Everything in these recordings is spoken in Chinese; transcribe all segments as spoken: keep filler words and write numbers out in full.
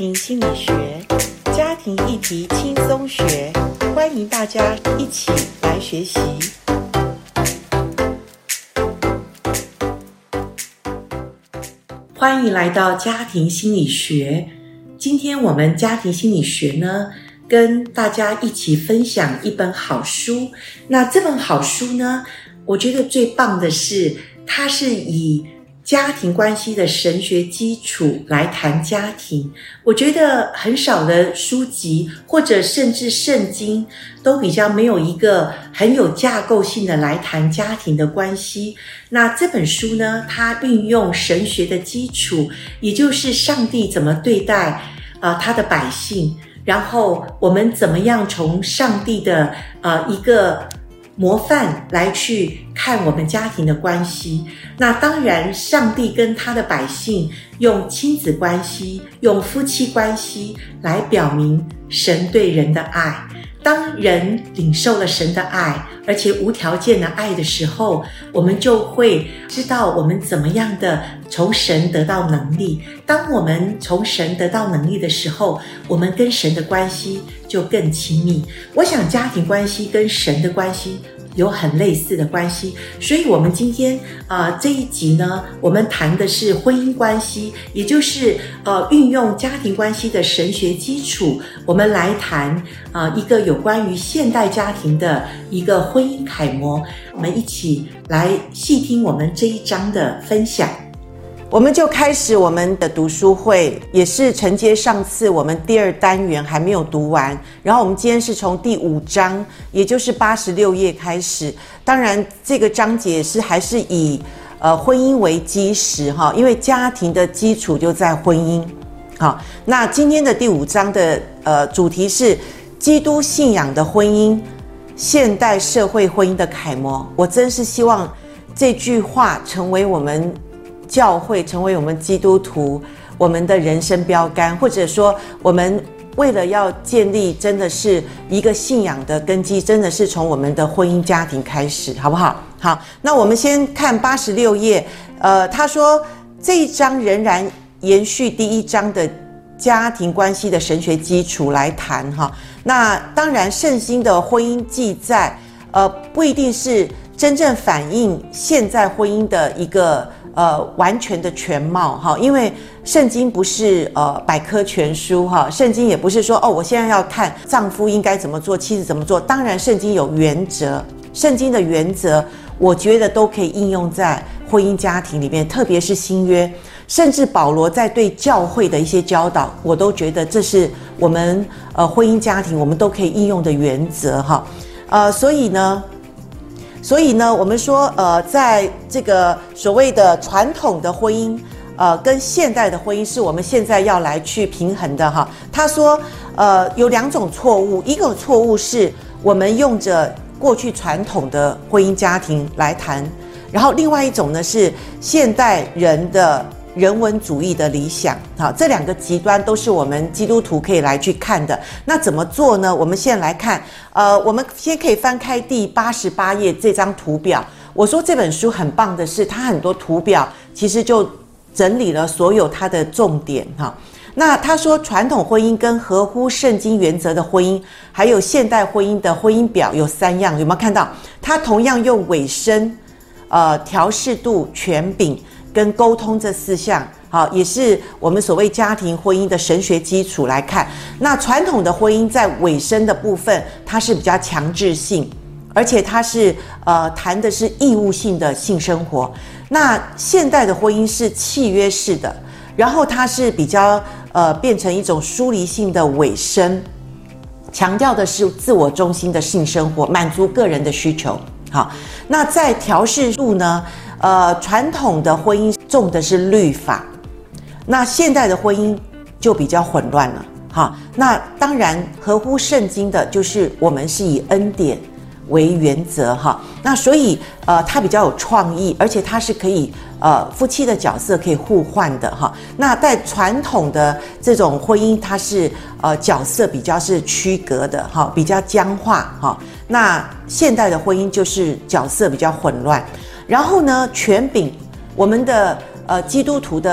庭心理学，家庭议题轻松学，欢迎大家一起来学习。欢迎来到家庭心理学。今天我们家庭心理学呢，跟大家一起分享一本好书。那这本好书呢，我觉得最棒的是，它是以家庭关系的神学基础来谈家庭。我觉得很少的书籍或者甚至圣经都比较没有一个很有架构性的来谈家庭的关系。那这本书呢，它运用神学的基础，也就是上帝怎么对待呃他的百姓，然后我们怎么样从上帝的呃一个模范来去看我们家庭的关系。那当然上帝跟他的百姓用亲子关系，用夫妻关系来表明神对人的爱。当人领受了神的爱，而且无条件的爱的时候，我们就会知道我们怎么样的从神得到能力。当我们从神得到能力的时候，我们跟神的关系就更亲密。我想家庭关系跟神的关系有很类似的关系，所以我们今天呃这一集呢，我们谈的是婚姻关系，也就是呃运用家庭关系的神学基础，我们来谈呃一个有关于现代家庭的一个婚姻楷模。我们一起来细听我们这一章的分享。我们就开始我们的读书会，也是承接上次我们第二单元还没有读完，然后我们今天是从第五章，也就是八十六页开始。当然这个章节是还是以呃婚姻为基石哈，因为家庭的基础就在婚姻。好，那今天的第五章的呃主题是基督信仰的婚姻，现代社会婚姻的楷模。我真是希望这句话成为我们教会，成为我们基督徒我们的人生标杆，或者说我们为了要建立真的是一个信仰的根基，真的是从我们的婚姻家庭开始，好不好？好，那我们先看八十六页。呃，他说这一章仍然延续第一章的家庭关系的神学基础来谈哈。那当然圣经的婚姻记载呃不一定是真正反映现在婚姻的一个呃，完全的全貌哈，因为圣经不是呃百科全书哈，圣经也不是说哦，我现在要看丈夫应该怎么做，妻子怎么做。当然，圣经有原则，圣经的原则，我觉得都可以应用在婚姻家庭里面，特别是新约，甚至保罗在对教会的一些教导，我都觉得这是我们呃婚姻家庭我们都可以应用的原则哈。呃，所以呢。所以呢，我们说，呃，在这个所谓的传统的婚姻，呃，跟现代的婚姻是我们现在要来去平衡的哈。他说，呃，有两种错误，一个错误是我们用着过去传统的婚姻家庭来谈，然后另外一种呢是现代人的人文主义的理想，好，这两个极端都是我们基督徒可以来去看的。那怎么做呢？我们先来看，呃，我们先可以翻开第八十八页这张图表。我说这本书很棒的是，它很多图表其实就整理了所有它的重点哈。那他说，传统婚姻跟合乎圣经原则的婚姻，还有现代婚姻的婚姻表有三样，有没有看到？他同样用委身、呃调适度、权柄跟沟通这四项，好，也是我们所谓家庭婚姻的神学基础来看。那传统的婚姻在委身的部分，它是比较强制性，而且它是呃谈的是义务性的性生活。那现代的婚姻是契约式的，然后它是比较呃变成一种疏离性的委身，强调的是自我中心的性生活，满足个人的需求。好，那在调适度呢？呃，传统的婚姻重的是律法，那现代的婚姻就比较混乱了。好，那当然合乎圣经的，就是我们是以恩典为原则哈。那所以呃，它比较有创意，而且它是可以呃夫妻的角色可以互换的哈。那在传统的这种婚姻，它是呃角色比较是区隔的哈，比较僵化哈。那现代的婚姻就是角色比较混乱。然后呢，权柄，我们的呃基督徒的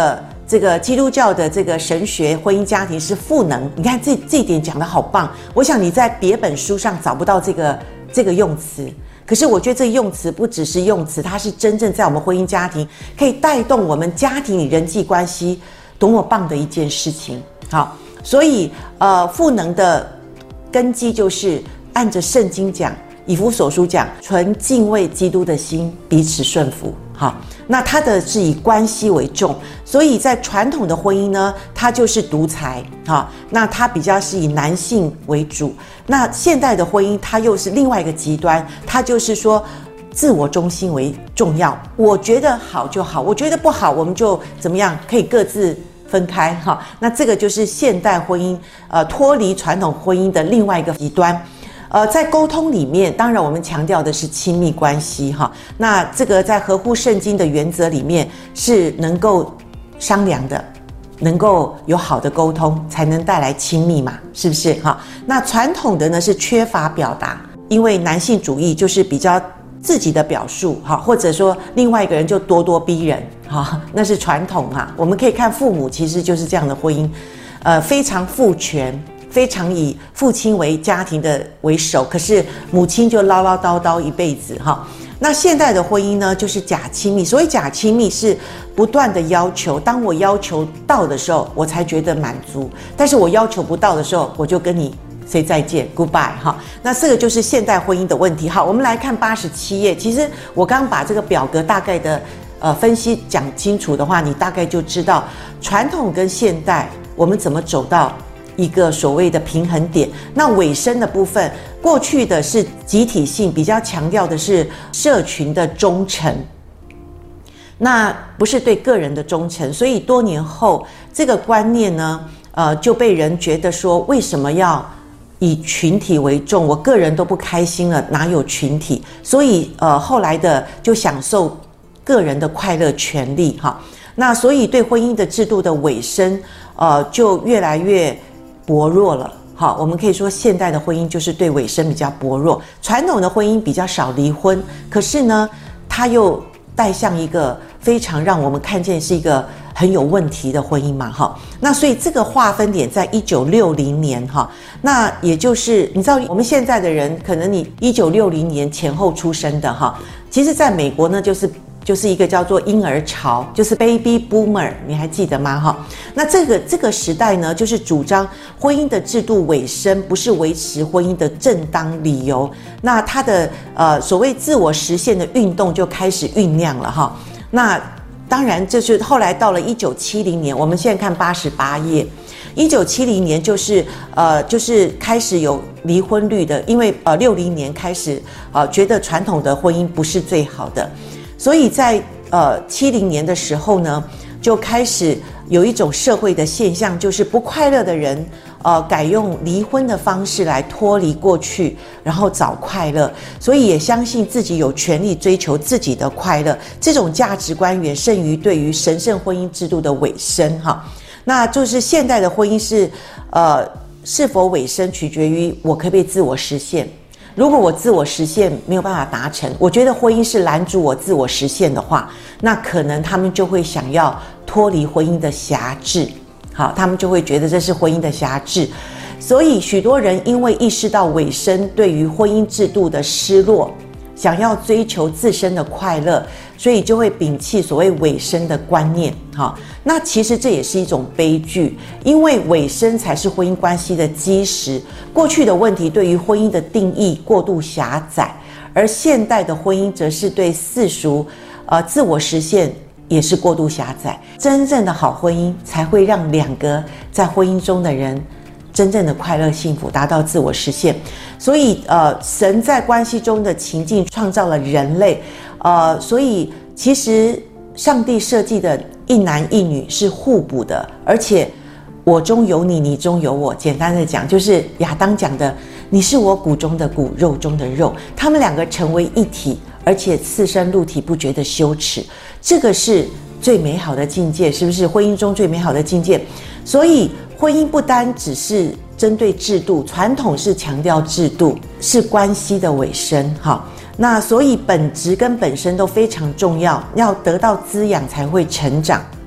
这个基督教的这个神学婚姻家庭是赋能，你看这这一点讲得好棒。我想你在别本书上找不到这个这个用词，可是我觉得这个用词不只是用词，它是真正在我们婚姻家庭可以带动我们家庭里人际关系多么棒的一件事情。好，所以呃，赋能的根基就是按着圣经讲，以弗所书讲，存敬畏基督的心，彼此顺服。好，那它的是以关系为重，所以在传统的婚姻呢，它就是独裁。好，那它比较是以男性为主。那现代的婚姻，它又是另外一个极端，它就是说自我中心为重要。我觉得好就好，我觉得不好，我们就怎么样，可以各自分开。哈，那这个就是现代婚姻，呃，脱离传统婚姻的另外一个极端。呃，在沟通里面，当然我们强调的是亲密关系哈。那这个在合乎圣经的原则里面是能够商量的，能够有好的沟通，才能带来亲密嘛，是不是哈？那传统的呢是缺乏表达，因为男性主义就是比较自己的表述哈，或者说另外一个人就咄咄逼人哈，那是传统哈。我们可以看父母其实就是这样的婚姻，呃，非常父权。非常以父亲为家庭的为首，可是母亲就唠唠叨叨一辈子哈。那现代的婚姻呢，就是假亲密。所谓假亲密是不断的要求，当我要求到的时候，我才觉得满足；但是我要求不到的时候，我就跟你 say 再见 goodbye 哈。那这个就是现代婚姻的问题。好，我们来看八十七页。其实我刚把这个表格大概的呃分析讲清楚的话，你大概就知道传统跟现代我们怎么走到一个所谓的平衡点。那尾声的部分，过去的是集体性，比较强调的是社群的忠诚，那不是对个人的忠诚。所以多年后这个观念呢，呃，就被人觉得说，为什么要以群体为重？我个人都不开心了，哪有群体？所以呃，后来的就享受个人的快乐权利哈。那所以对婚姻的制度的尾声，呃，就越来越薄弱了。好，我们可以说现代的婚姻就是对尾声比较薄弱，传统的婚姻比较少离婚，可是呢，它又带向一个非常让我们看见是一个很有问题的婚姻嘛，哈。那所以这个划分点在一九六零年，哈，那也就是你知道我们现在的人，可能你一九六零年前后出生的，哈，其实在美国呢，就是。就是一个叫做婴儿潮，就是 baby boomer， 你还记得吗？哈，那这个这个时代呢，就是主张婚姻的制度尾声不是维持婚姻的正当理由，那它的呃所谓自我实现的运动就开始酝酿了哈。那当然，这是后来到了一九七零年，我们现在看八十八页，一九七零年就是呃就是开始有离婚率的，因为呃六零年开始呃觉得传统的婚姻不是最好的。所以在呃七零年的时候呢，就开始有一种社会的现象，就是不快乐的人，呃，改用离婚的方式来脱离过去，然后找快乐。所以也相信自己有权利追求自己的快乐，这种价值观远胜于对于神圣婚姻制度的尾声哈。那就是现代的婚姻是，呃，是否尾声取决于我可不可以自我实现。如果我自我实现没有办法达成，我觉得婚姻是拦阻我自我实现的话，那可能他们就会想要脱离婚姻的辖制，好，他们就会觉得这是婚姻的辖制。所以许多人因为意识到尾声对于婚姻制度的失落，想要追求自身的快乐，所以就会摒弃所谓尾声的观念。好，那其实这也是一种悲剧，因为尾声才是婚姻关系的基石。过去的问题对于婚姻的定义过度狭窄，而现代的婚姻则是对世俗呃自我实现也是过度狭窄。真正的好婚姻才会让两个在婚姻中的人真正的快乐幸福，达到自我实现。所以呃神在关系中的情境创造了人类，呃所以其实上帝设计的一男一女是互补的，而且我中有你，你中有我。简单的讲，就是亚当讲的，你是我骨中的骨，肉中的肉，他们两个成为一体，而且赤身露体不觉得羞耻，这个是最美好的境界，是不是？婚姻中最美好的境界。所以婚姻不单只是针对制度，传统是强调制度，是关系的尾声。好，那所以本质跟本身都非常重要，要得到滋养才会成长。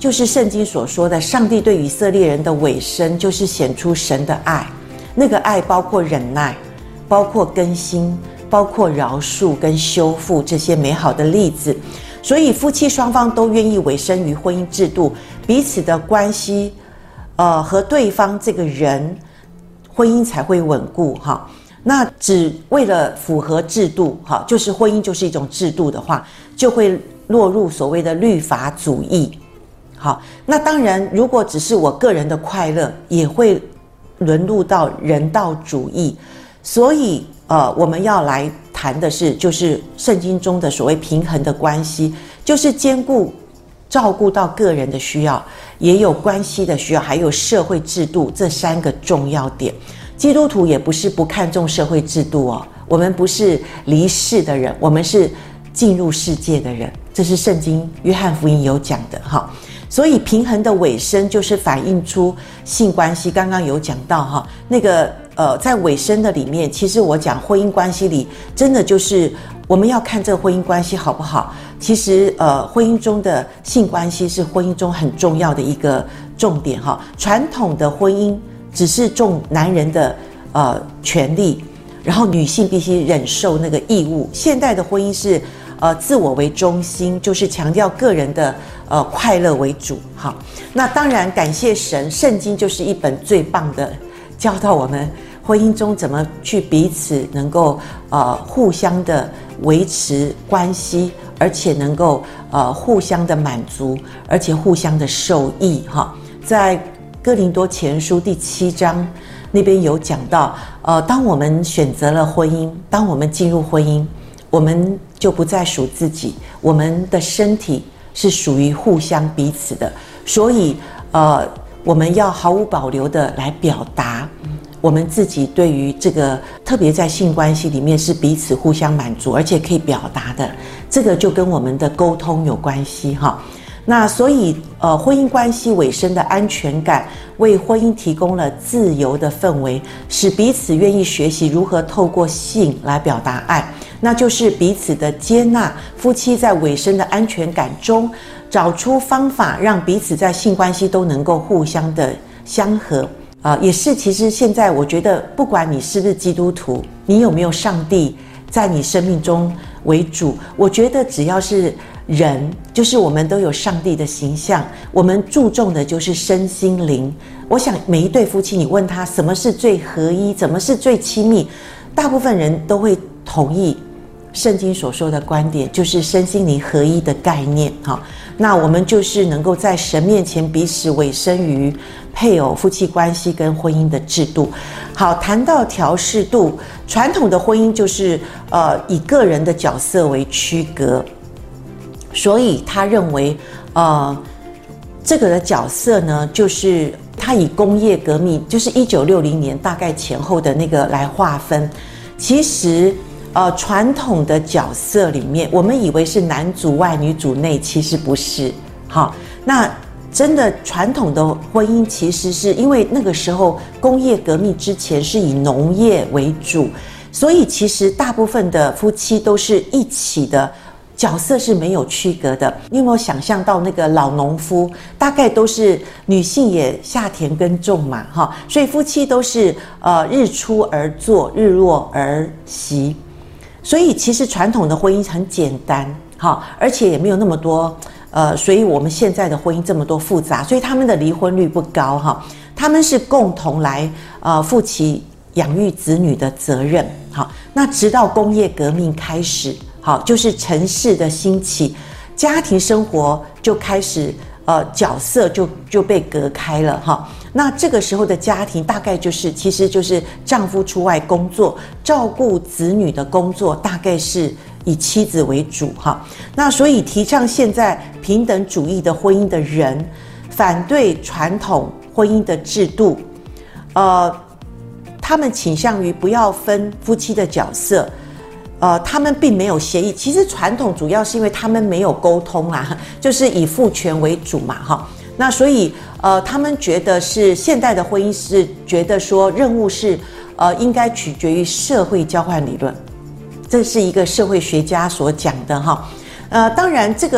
就是圣经所说的，上帝对以色列人的委身，就是显出神的爱。那个爱包括忍耐，包括更新，包括饶恕跟修复这些美好的例子。所以夫妻双方都愿意委身于婚姻制度，彼此的关系呃，和对方这个人，婚姻才会稳固哈。那只为了符合制度哈，就是婚姻就是一种制度的话，就会落入所谓的律法主义。好，那当然，如果只是我个人的快乐，也会沦入到人道主义。所以呃，我们要来谈的是，就是圣经中的所谓平衡的关系，就是兼顾照顾到个人的需要，也有关系的需要，还有社会制度这三个重要点。基督徒也不是不看重社会制度哦，我们不是离世的人，我们是进入世界的人，这是圣经约翰福音有讲的哈。所以平衡的尾声就是反映出性关系，刚刚有讲到哈，那个呃，在尾声的里面，其实我讲婚姻关系里，真的就是我们要看这个婚姻关系好不好。其实呃，婚姻中的性关系是婚姻中很重要的一个重点哈。传统的婚姻只是重男人的呃权利，然后女性必须忍受那个义务。现代的婚姻是呃自我为中心，就是强调个人的呃快乐为主。好，那当然感谢神，圣经就是一本最棒的教导我们婚姻中怎么去彼此能够呃互相的维持关系，而且能够呃互相的满足，而且互相的受益哈。在哥林多前书第七章那边有讲到，呃，当我们选择了婚姻，当我们进入婚姻，我们就不再属自己，我们的身体是属于互相彼此的，所以呃，我们要毫无保留的来表达我们自己对于这个，特别在性关系里面是彼此互相满足，而且可以表达的，这个就跟我们的沟通有关系哈。那所以呃，婚姻关系尾声的安全感为婚姻提供了自由的氛围，使彼此愿意学习如何透过性来表达爱，那就是彼此的接纳。夫妻在尾声的安全感中找出方法，让彼此在性关系都能够互相的相合。呃，也是其实现在我觉得不管你是不是基督徒，你有没有上帝在你生命中为主，我觉得只要是人，就是我们都有上帝的形象，我们注重的就是身心灵。我想每一对夫妻，你问他什么是最合一，怎么是最亲密，大部分人都会同意圣经所说的观点，就是身心灵合一的概念哈。那我们就是能够在神面前彼此委身于配偶夫妻关系跟婚姻的制度。好，谈到调适度，传统的婚姻就是呃以个人的角色为区隔，所以他认为呃这个的角色呢，就是他以工业革命，就是一九六零年大概前后的那个来划分。其实呃，传统的角色里面，我们以为是男主外女主内，其实不是。好，那真的传统的婚姻，其实是因为那个时候工业革命之前是以农业为主，所以其实大部分的夫妻都是一起的，角色是没有区隔的。你有没有想象到那个老农夫，大概都是女性也下田耕种嘛，哈，所以夫妻都是呃日出而作，日落而息。所以其实传统的婚姻很简单，哈，而且也没有那么多，呃，所以我们现在的婚姻这么多复杂，所以他们的离婚率不高，哈，他们是共同来呃负起养育子女的责任，好，那直到工业革命开始，好，就是城市的兴起，家庭生活就开始呃角色就就被隔开了，哈。那这个时候的家庭大概就是，其实就是丈夫出外工作，照顾子女的工作大概是以妻子为主哈。那所以提倡现在平等主义的婚姻的人，反对传统婚姻的制度，呃，他们倾向于不要分夫妻的角色。呃，他们并没有协议。其实传统主要是因为他们没有沟通啦，就是以父权为主嘛，哈。那所以呃，他们觉得是现代的婚姻是觉得说任务是呃应该取决于社会交换理论，这是一个社会学家所讲的哈。呃，当然这个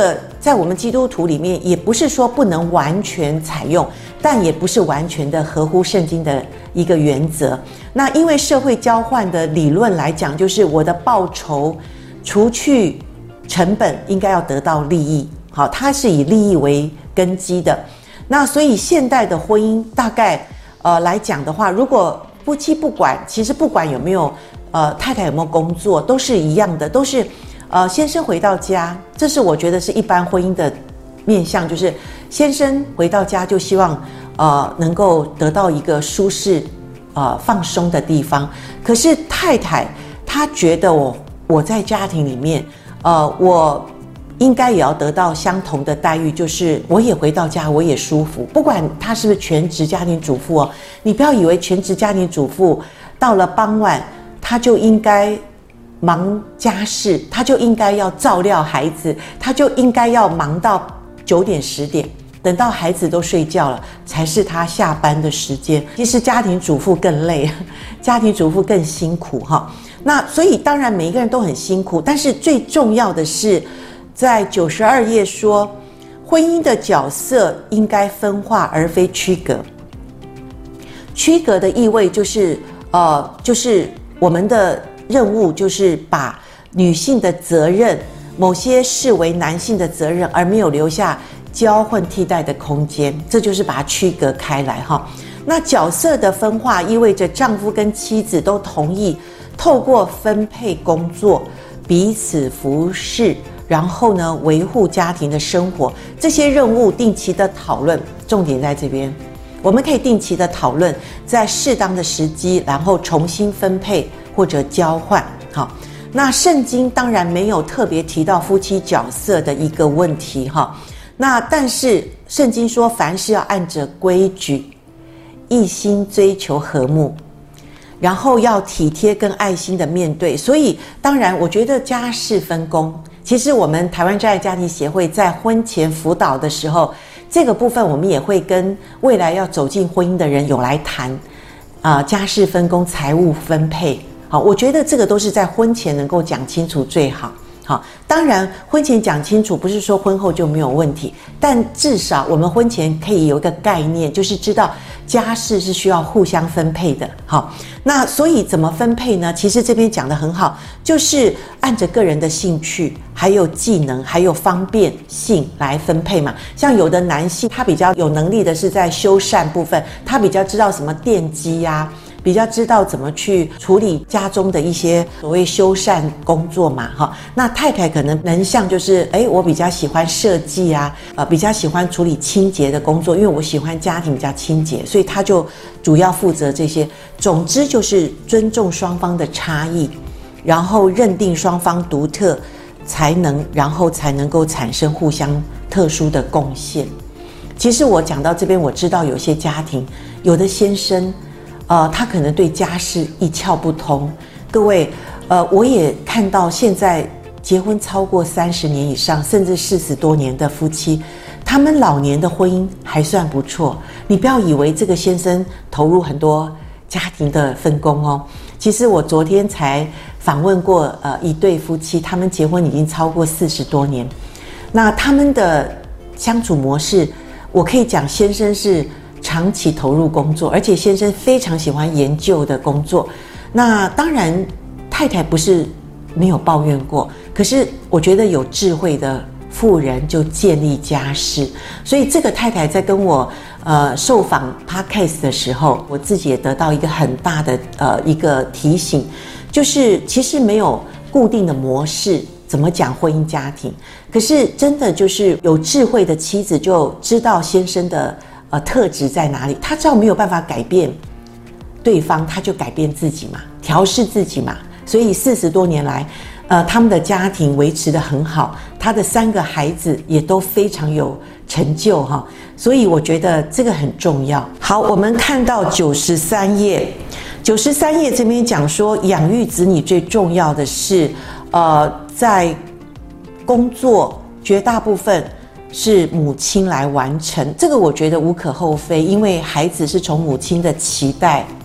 在我们基督徒里面，也不是说不能完全采用，但也不是完全的合乎圣经的一个原则。那因为社会交换的理论来讲，就是我的报酬除去成本，应该要得到利益。好，它是以利益为根基的。那所以现代的婚姻大概呃来讲的话，如果夫妻不管，其实不管有没有呃太太有没有工作，都是一样的，都是呃先生回到家，这是我觉得是一般婚姻的面向，就是先生回到家就希望呃能够得到一个舒适呃放松的地方。可是太太她觉得我我在家庭里面呃我应该也要得到相同的待遇，就是我也回到家我也舒服，不管她是不是全职家庭主妇哦，你不要以为全职家庭主妇到了傍晚她就应该忙家事，她就应该要照料孩子，她就应该要忙到九点十点，等到孩子都睡觉了才是她下班的时间。其实家庭主妇更累，家庭主妇更辛苦哈。那所以当然每一个人都很辛苦，但是最重要的是在九十二页说，婚姻的角色应该分化而非区隔。区隔的意味就是呃，就是我们的任务就是把女性的责任某些视为男性的责任，而没有留下交换替代的空间，这就是把它区隔开来哈。那角色的分化意味着丈夫跟妻子都同意透过分配工作彼此服侍，然后呢维护家庭的生活，这些任务定期的讨论，重点在这边，我们可以定期的讨论，在适当的时机然后重新分配或者交换。好，那圣经当然没有特别提到夫妻角色的一个问题哈，那但是圣经说凡事要按着规矩一心追求和睦，然后要体贴跟爱心的面对。所以当然我觉得家事分工，其实我们台湾真爱家庭协会在婚前辅导的时候，这个部分我们也会跟未来要走进婚姻的人有来谈啊、呃，家事分工、财务分配。好，我觉得这个都是在婚前能够讲清楚最好。好，当然婚前讲清楚不是说婚后就没有问题，但至少我们婚前可以有一个概念，就是知道家事是需要互相分配的。好，那所以怎么分配呢？其实这边讲得很好，就是按着个人的兴趣还有技能还有方便性来分配嘛。像有的男性他比较有能力的是在修缮部分，他比较知道什么电机啊，比较知道怎么去处理家中的一些所谓修缮工作嘛，哈。那太太可能能像就是，哎，我比较喜欢设计啊，呃，比较喜欢处理清洁的工作，因为我喜欢家庭比较清洁，所以他就主要负责这些。总之就是尊重双方的差异，然后认定双方独特才能，然后才能够产生互相特殊的贡献。其实我讲到这边，我知道有些家庭，有的先生。呃，他可能对家事一窍不通。各位，呃，我也看到现在结婚超过三十年以上，甚至四十多年的夫妻，他们老年的婚姻还算不错。你不要以为这个先生投入很多家庭的分工哦。其实我昨天才访问过呃一对夫妻，他们结婚已经超过四十多年。那他们的相处模式，我可以讲，先生是长期投入工作，而且先生非常喜欢研究的工作。那当然太太不是没有抱怨过，可是我觉得有智慧的妇人就建立家室。所以这个太太在跟我呃受访 podcast 的时候，我自己也得到一个很大的呃一个提醒，就是其实没有固定的模式怎么讲婚姻家庭，可是真的就是有智慧的妻子就知道先生的呃，特质在哪里？他知道没有办法改变对方，他就改变自己嘛，调试自己嘛。所以四十多年来，呃，他们的家庭维持得很好，他的三个孩子也都非常有成就哈。所以我觉得这个很重要。好，我们看到九十三页，九十三页这边讲说，养育子女最重要的是，呃，在工作绝大部分是母亲来完成，这个我觉得无可厚非，因为孩子是从母亲的期待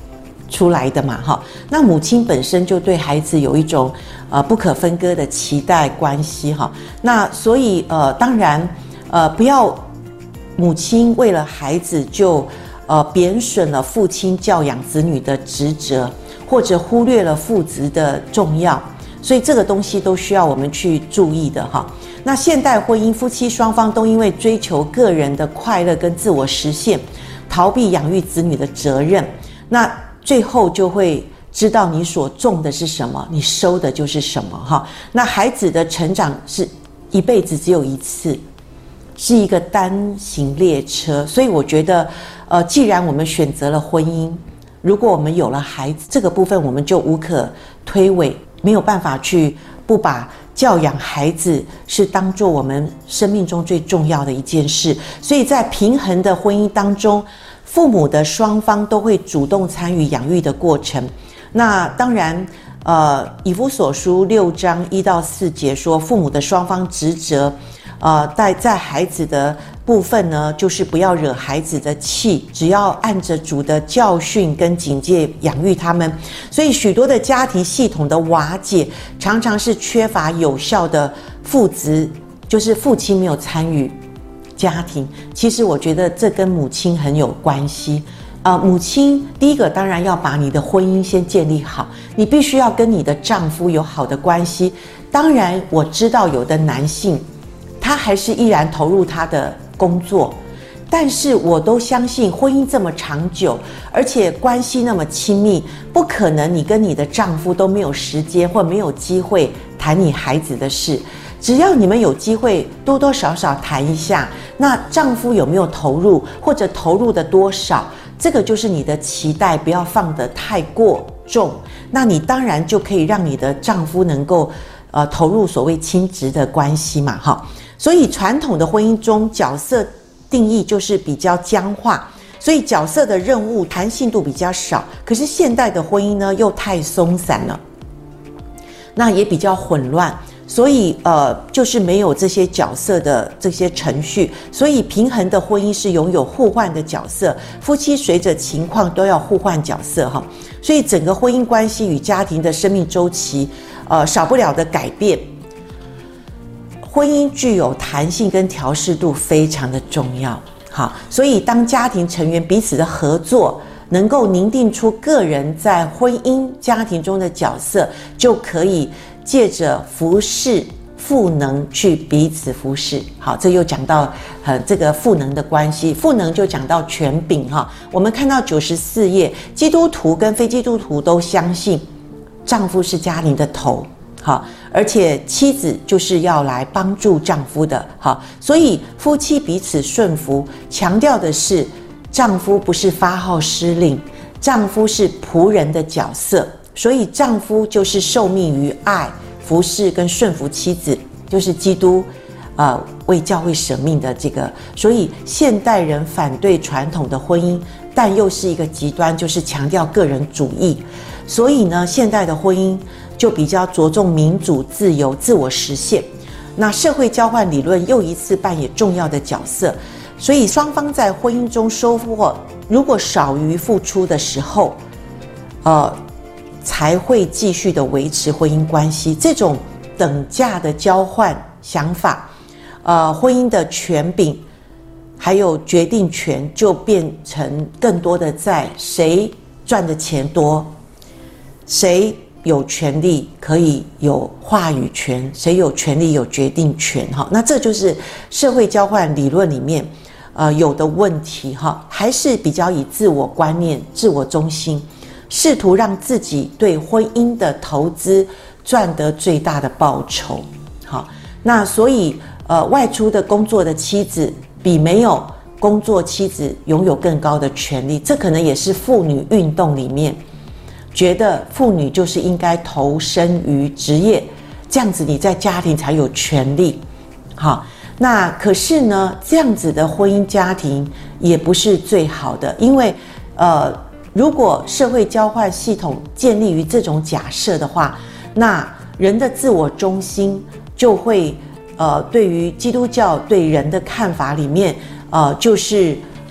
出来的嘛，哈。那母亲本身就对孩子有一种呃不可分割的期待关系，哈。那所以呃，当然呃，不要母亲为了孩子就呃贬损了父亲教养子女的职责，或者忽略了父职的重要。所以这个东西都需要我们去注意的哈。那现代婚姻，夫妻双方都因为追求个人的快乐跟自我实现，逃避养育子女的责任，那最后就会知道你所种的是什么，你收的就是什么哈。那孩子的成长是一辈子只有一次，是一个单行列车，所以我觉得，呃，既然我们选择了婚姻，如果我们有了孩子，这个部分我们就无可推诿。没有办法去不把教养孩子是当作我们生命中最重要的一件事，所以在平衡的婚姻当中，父母的双方都会主动参与养育的过程。那当然呃，以弗所书六章一到四节说，父母的双方职责呃，在在孩子的部分呢，就是不要惹孩子的气，只要按着主的教训跟警戒养育他们。所以许多的家庭系统的瓦解，常常是缺乏有效的父职，就是父亲没有参与家庭。其实我觉得这跟母亲很有关系。呃，母亲第一个当然要把你的婚姻先建立好，你必须要跟你的丈夫有好的关系。当然我知道有的男性他还是依然投入他的工作，但是我都相信婚姻这么长久，而且关系那么亲密，不可能你跟你的丈夫都没有时间或没有机会谈你孩子的事。只要你们有机会多多少少谈一下，那丈夫有没有投入，或者投入的多少，这个就是你的期待，不要放得太过重，那你当然就可以让你的丈夫能够呃投入所谓亲职的关系嘛，哈。所以传统的婚姻中，角色定义就是比较僵化，所以角色的任务弹性度比较少。可是现代的婚姻呢，又太松散了，那也比较混乱。所以呃，就是没有这些角色的这些程序，所以平衡的婚姻是拥有互换的角色，夫妻随着情况都要互换角色哈。所以整个婚姻关系与家庭的生命周期，呃，少不了的改变。婚姻具有弹性跟调适度，非常的重要。好，所以当家庭成员彼此的合作，能够拟定出个人在婚姻家庭中的角色，就可以借着服侍赋能去彼此服侍。好，这又讲到呃这个赋能的关系，赋能就讲到权柄哈。我们看到九十四页，基督徒跟非基督徒都相信丈夫是家庭的头，好，而且妻子就是要来帮助丈夫的，好，所以夫妻彼此顺服，强调的是丈夫不是发号施令，丈夫是仆人的角色。所以丈夫就是受命于爱、服侍跟顺服妻子，就是基督呃为教会舍命的这个。所以现代人反对传统的婚姻，但又是一个极端，就是强调个人主义。所以呢，现代的婚姻就比较着重民主、自由、自我实现。那社会交换理论又一次扮演重要的角色。所以双方在婚姻中收获如果少于付出的时候，呃才会继续的维持婚姻关系。这种等价的交换想法，呃，婚姻的权柄还有决定权就变成更多的在谁赚的钱多，谁有权利可以有话语权，谁有权利有决定权哈。那这就是社会交换理论里面呃有的问题哈，还是比较以自我观念、自我中心。试图让自己对婚姻的投资赚得最大的报酬。好，那所以呃，外出的工作的妻子比没有工作妻子拥有更高的权利。这可能也是妇女运动里面觉得妇女就是应该投身于职业，这样子你在家庭才有权利。好，那可是呢，这样子的婚姻家庭也不是最好的，因为呃。如果社会交换系统建立于这种假设的话，那人的自我中心就会呃，对于基督教对人的看法里面，呃，就是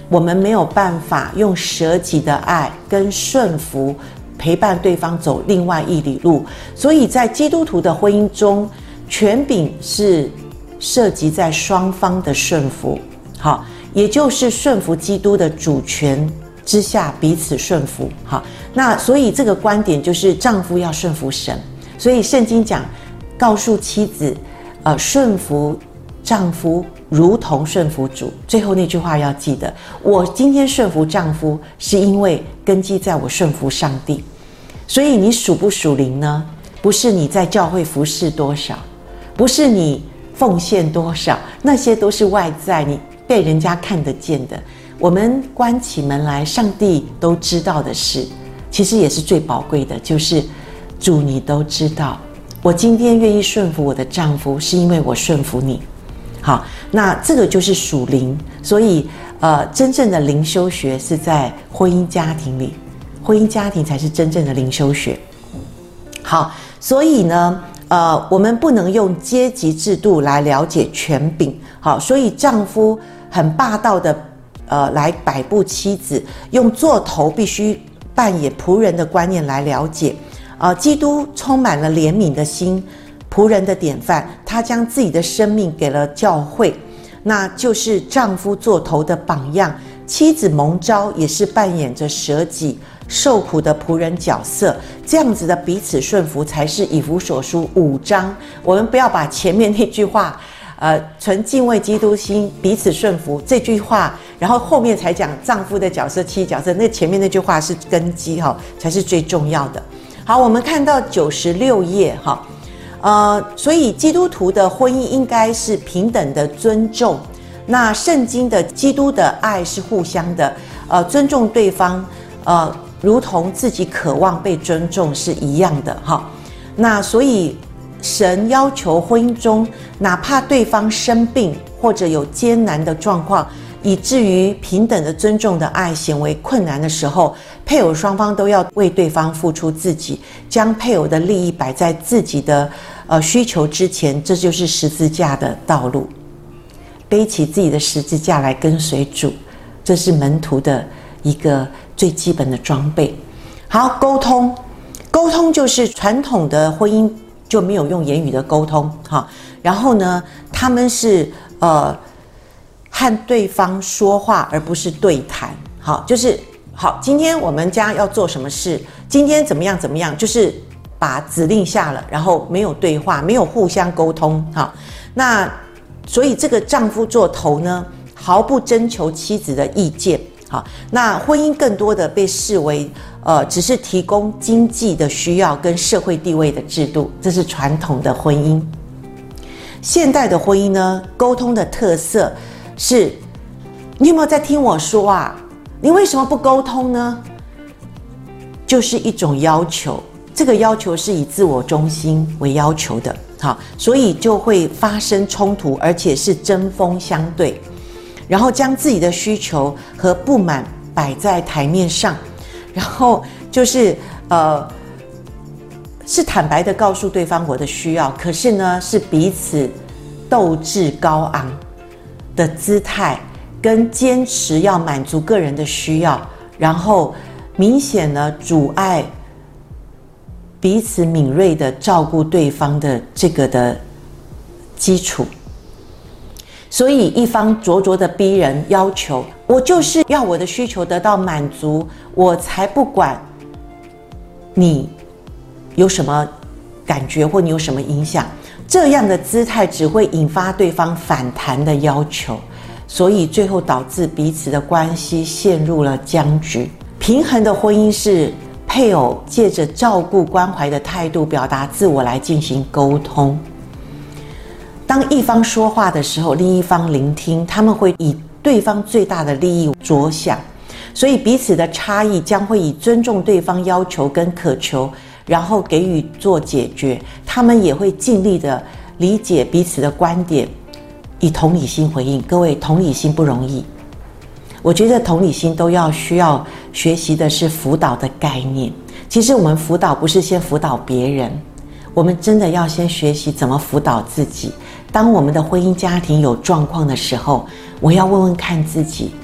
我们没有办法用舍己的爱跟顺服陪伴对方走另外一里路。所以在基督徒的婚姻中，权柄是涉及在双方的顺服，好，也就是顺服基督的主权之下彼此顺服。好，那所以这个观点就是丈夫要顺服神。所以圣经讲告诉妻子呃，顺服丈夫如同顺服主。最后那句话要记得，我今天顺服丈夫是因为根基在我顺服上帝。所以你属不属灵呢？不是你在教会服侍多少，不是你奉献多少，那些都是外在你被人家看得见的。我们关起门来上帝都知道的事，其实也是最宝贵的，就是主你都知道，我今天愿意顺服我的丈夫是因为我顺服你。好，那这个就是属灵。所以呃，真正的灵修学是在婚姻家庭里，婚姻家庭才是真正的灵修学。好，所以呢呃，我们不能用阶级制度来了解权柄。好，所以丈夫很霸道的呃来摆布妻子，用做头必须扮演仆人的观念来了解。呃，基督充满了怜悯的心，仆人的典范，他将自己的生命给了教会，那就是丈夫做头的榜样。妻子蒙召也是扮演着舍己受苦的仆人角色，这样子的彼此顺服才是以弗所书五章。我们不要把前面那句话呃，存敬畏基督心彼此顺服这句话，然后后面才讲丈夫的角色妻子角色，那前面那句话是根基哈，才是最重要的。好，我们看到九十六页哈，呃，所以基督徒的婚姻应该是平等的尊重。那圣经的基督的爱是互相的，呃，尊重对方，呃，如同自己渴望被尊重是一样的哈。那所以神要求婚姻中，哪怕对方生病或者有艰难的状况，以至于平等的尊重的爱显为困难的时候，配偶双方都要为对方付出自己，将配偶的利益摆在自己的呃需求之前，这就是十字架的道路。背起自己的十字架来跟随主，这是门徒的一个最基本的装备。好，沟通，沟通就是传统的婚姻就没有用言语的沟通，哈，然后呢，他们是呃和对方说话，而不是对谈。好，就是好，今天我们家要做什么事，今天怎么样怎么样，就是把指令下了，然后没有对话，没有互相沟通。好，那所以这个丈夫做头呢，毫不征求妻子的意见。好，那婚姻更多的被视为呃，只是提供经济的需要跟社会地位的制度，这是传统的婚姻。现代的婚姻呢，沟通的特色是，你有没有在听我说啊？你为什么不沟通呢？就是一种要求，这个要求是以自我中心为要求的，好，所以就会发生冲突，而且是针锋相对，然后将自己的需求和不满摆在台面上，然后就是呃，是坦白的告诉对方我的需要，可是呢，是彼此斗志高昂的姿态，跟坚持要满足个人的需要，然后明显呢阻碍彼此敏锐的照顾对方的这个的基础。所以一方灼灼的逼人要求，我就是要我的需求得到满足，我才不管你有什么感觉或你有什么影响，这样的姿态只会引发对方反弹的要求，所以最后导致彼此的关系陷入了僵局。平衡的婚姻是配偶借着照顾关怀的态度表达自我来进行沟通。当一方说话的时候，另一方聆听，他们会以对方最大的利益着想，所以彼此的差异将会以尊重对方要求跟渴求，然后给予做解决。他们也会尽力的理解彼此的观点，以同理心回应。各位，同理心不容易，我觉得同理心都要需要学习的是辅导的概念。其实我们辅导不是先辅导别人，我们真的要先学习怎么辅导自己。当我们的婚姻家庭有状况的时候，我要问问看自己，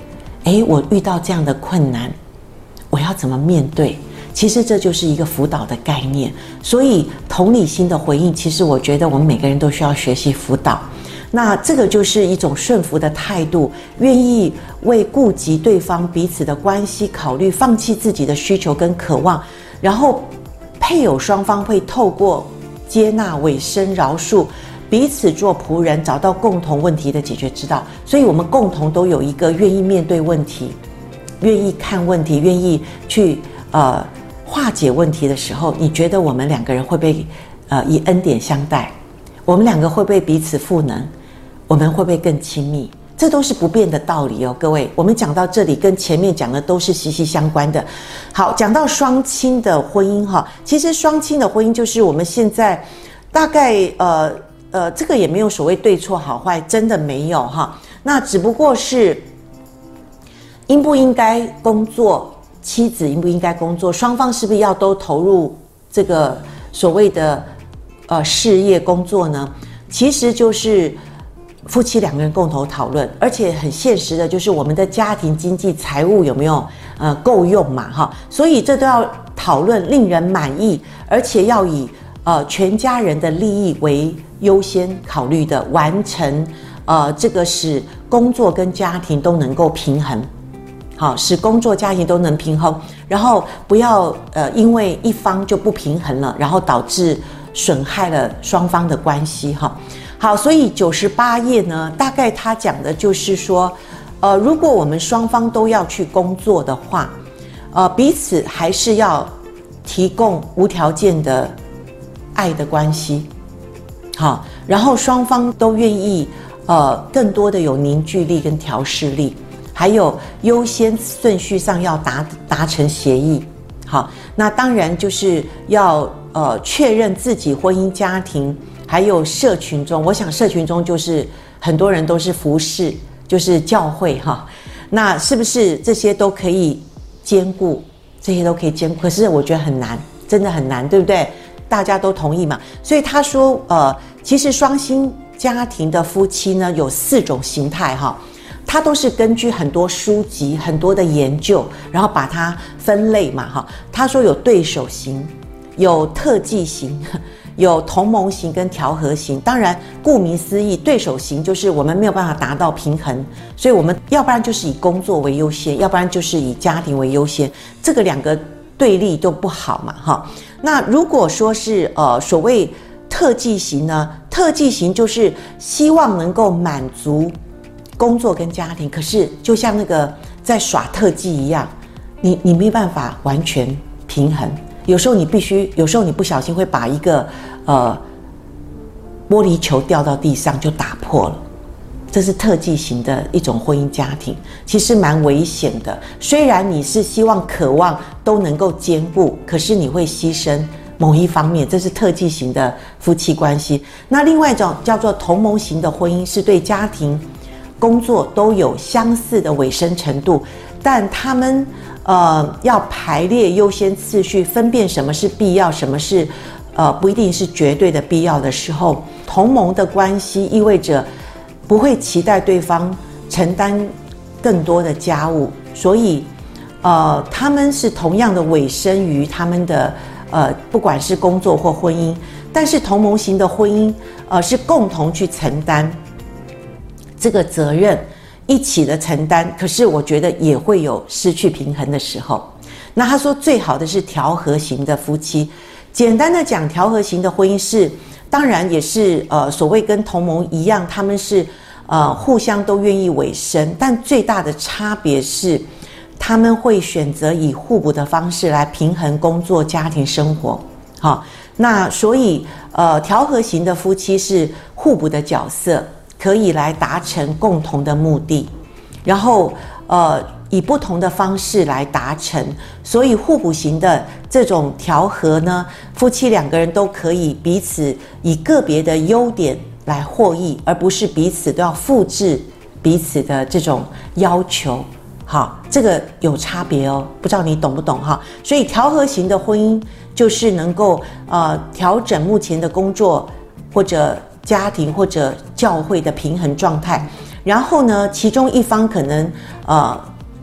诶，我遇到这样的困难，我要怎么面对？其实这就是一个辅导的概念。所以同理心的回应，其实我觉得我们每个人都需要学习辅导。那这个就是一种顺服的态度，愿意为顾及对方彼此的关系考虑，放弃自己的需求跟渴望，然后配偶双方会透过接纳、委身、饶恕，彼此做仆人，找到共同问题的解决之道。所以我们共同都有一个愿意面对问题，愿意看问题，愿意去呃化解问题的时候，你觉得我们两个人会不会呃以恩典相待？我们两个会不会彼此赋能？我们会不会更亲密？这都是不变的道理哦，各位。我们讲到这里，跟前面讲的都是息息相关的。好，讲到双亲的婚姻哈，其实双亲的婚姻就是我们现在大概呃呃，这个也没有所谓对错好坏，真的没有哈。那只不过是应不应该工作，妻子应不应该工作，双方是不是要都投入这个所谓的呃事业工作呢？其实就是夫妻两个人共同讨论，而且很现实的就是我们的家庭经济财务有没有呃够用嘛哈，所以这都要讨论令人满意，而且要以呃全家人的利益为优先考虑的，完成呃这个使工作跟家庭都能够平衡，好，使工作家庭都能平衡，然后不要呃因为一方就不平衡了，然后导致损害了双方的关系哈。好，所以九十八页呢，大概他讲的就是说，呃，如果我们双方都要去工作的话，呃，彼此还是要提供无条件的爱的关系，好，然后双方都愿意，呃，更多的有凝聚力跟调试力，还有优先顺序上要达达成协议，好，那当然就是要呃确认自己婚姻家庭。还有社群中，我想社群中就是很多人都是服侍，就是教会哈，那是不是这些都可以兼顾？这些都可以兼顾，可是我觉得很难，真的很难，对不对？大家都同意嘛？所以他说，呃，其实双薪家庭的夫妻呢，有四种形态哈，他都是根据很多书籍、很多的研究，然后把它分类嘛哈。他说有对手型，有特技型。有同盟型跟调和型，当然顾名思义，对手型就是我们没有办法达到平衡，所以我们要不然就是以工作为优先，要不然就是以家庭为优先，这个两个对立都不好嘛哈。那如果说是呃所谓特技型呢，特技型就是希望能够满足工作跟家庭，可是就像那个在耍特技一样，你你没办法完全平衡。有时候你必须，有时候你不小心会把一个呃玻璃球掉到地上就打破了，这是特技型的一种婚姻家庭，其实蛮危险的。虽然你是希望渴望都能够兼顾，可是你会牺牲某一方面，这是特技型的夫妻关系。那另外一种叫做同盟型的婚姻，是对家庭工作都有相似的委身程度，但他们呃，要排列优先次序，分辨什么是必要，什么是呃不一定是绝对的必要的时候，同盟的关系意味着不会期待对方承担更多的家务，所以呃他们是同样的委身于他们的呃不管是工作或婚姻，但是同盟型的婚姻呃是共同去承担这个责任。一起的承担，可是我觉得也会有失去平衡的时候。那他说最好的是调和型的夫妻。简单的讲，调和型的婚姻是，当然也是呃所谓跟同盟一样，他们是呃互相都愿意委身，但最大的差别是，他们会选择以互补的方式来平衡工作、家庭生活。好，那所以呃调和型的夫妻是互补的角色。可以来达成共同的目的，然后呃以不同的方式来达成，所以互补型的这种调和呢，夫妻两个人都可以彼此以个别的优点来获益，而不是彼此都要复制彼此的这种要求。好，这个有差别哦，不知道你懂不懂哈？所以调和型的婚姻就是能够呃调整目前的工作或者家庭或者教会的平衡状态，然后呢，其中一方可能呃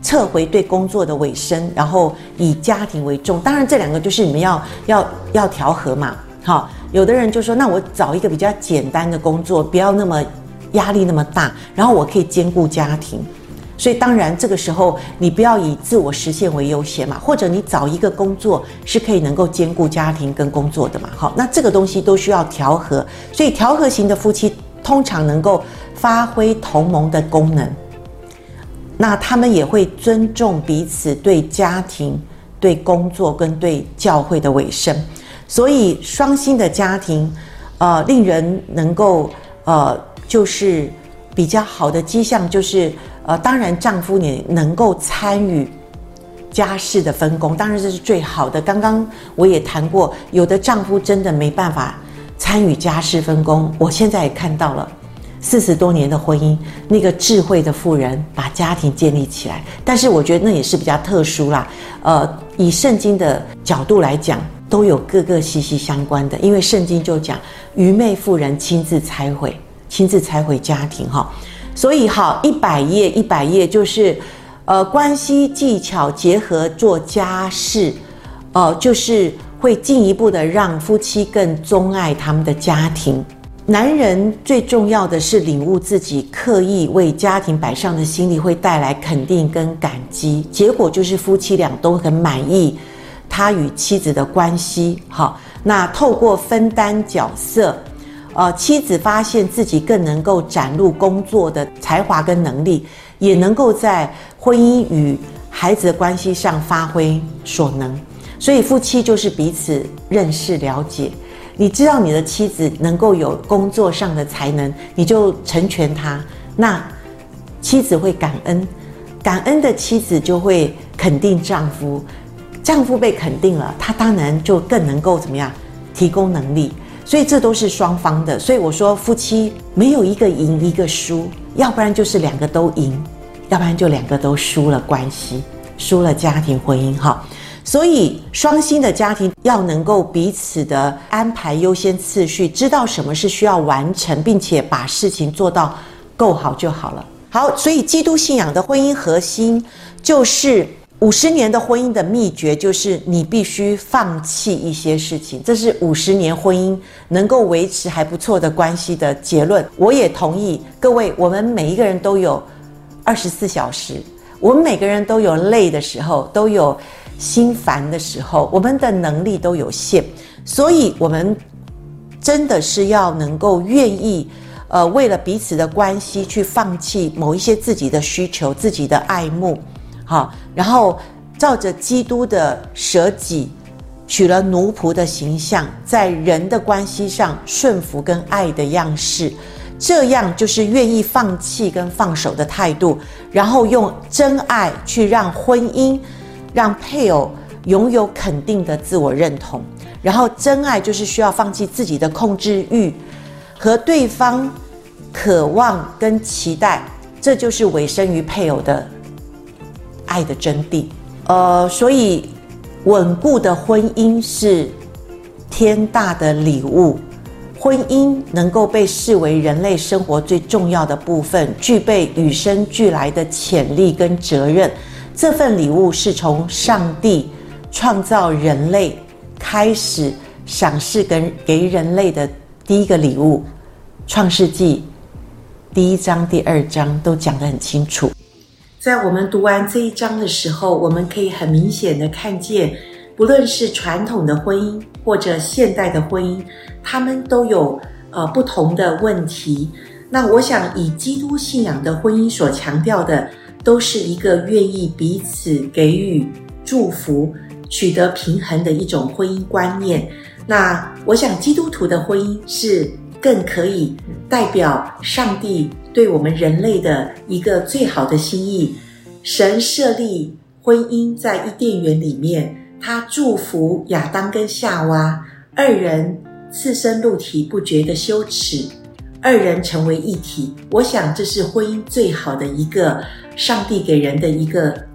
撤回对工作的尾声，然后以家庭为重。当然这两个就是你们要要要调和嘛。好，有的人就说那我找一个比较简单的工作，不要那么压力那么大，然后我可以兼顾家庭。所以当然这个时候你不要以自我实现为优先嘛，或者你找一个工作是可以能够兼顾家庭跟工作的嘛。好，那这个东西都需要调和，所以调和型的夫妻通常能够发挥同盟的功能，那他们也会尊重彼此对家庭、对工作跟对教会的委身。所以双薪的家庭呃，令人能够呃，就是比较好的迹象就是呃，当然丈夫你能够参与家事的分工，当然这是最好的。刚刚我也谈过，有的丈夫真的没办法参与家事分工，我现在也看到了四十多年的婚姻，那个智慧的妇人把家庭建立起来，但是我觉得那也是比较特殊啦。呃，以圣经的角度来讲，都有各个息息相关的，因为圣经就讲愚昧妇人亲自拆毁，亲自拆毁家庭哈。所以好，一百页一百页就是呃关系技巧结合做家事，呃就是会进一步的让夫妻更钟爱他们的家庭。男人最重要的是领悟自己刻意为家庭摆上的心力会带来肯定跟感激，结果就是夫妻俩都很满意他与妻子的关系。好，那透过分担角色，呃，妻子发现自己更能够展露工作的才华跟能力，也能够在婚姻与孩子的关系上发挥所能。所以夫妻就是彼此认识了解，你知道你的妻子能够有工作上的才能，你就成全她，那妻子会感恩，感恩的妻子就会肯定丈夫，丈夫被肯定了，他当然就更能够怎么样提供能力。所以这都是双方的，所以我说夫妻没有一个赢一个输，要不然就是两个都赢，要不然就两个都输了关系，输了家庭婚姻哈。所以双薪的家庭要能够彼此的安排优先次序，知道什么是需要完成，并且把事情做到够好就好了。好，所以基督信仰的婚姻核心就是五十年的婚姻的秘诀，就是你必须放弃一些事情，这是五十年婚姻能够维持还不错的关系的结论。我也同意各位，我们每一个人都有二十四小时，我们每个人都有累的时候，都有心烦的时候，我们的能力都有限，所以我们真的是要能够愿意呃，为了彼此的关系去放弃某一些自己的需求、自己的爱慕，好，然后照着基督的舍己，取了奴仆的形象，在人的关系上顺服跟爱的样式，这样就是愿意放弃跟放手的态度，然后用真爱去让婚姻，让配偶拥有肯定的自我认同。然后真爱就是需要放弃自己的控制欲和对方渴望跟期待，这就是委身于配偶的爱的真谛。呃，所以稳固的婚姻是天大的礼物，婚姻能够被视为人类生活最重要的部分，具备与生俱来的潜力跟责任。这份礼物是从上帝创造人类开始赏识给人类的第一个礼物。创世纪第一章第二章都讲得很清楚。 在我们读完这一章的时候，我们可以很明显的看见，不论是传统的婚姻或者现代的婚姻，他们都有呃不同的问题。那我想以基督信仰的婚姻所强调的，都是一个愿意彼此给予祝福、取得平衡的一种婚姻观念。那我想基督徒的婚姻是更可以代表上帝对我们人类的一个最好的心意。神设立婚姻在伊甸园里面，他祝福亚当跟夏娃二人赤身露体，不觉得羞耻，二人成为一体。我想这是婚姻最好的一个上帝给人的一个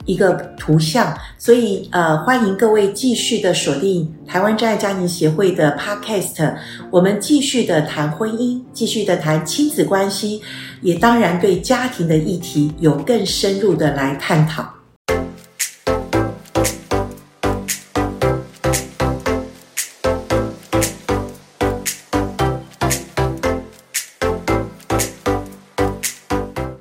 一个图像，所以呃，欢迎各位继续的锁定台湾真爱家庭协会的 Podcast， 我们继续的谈婚姻，继续的谈亲子关系，也当然对家庭的议题有更深入的来探讨。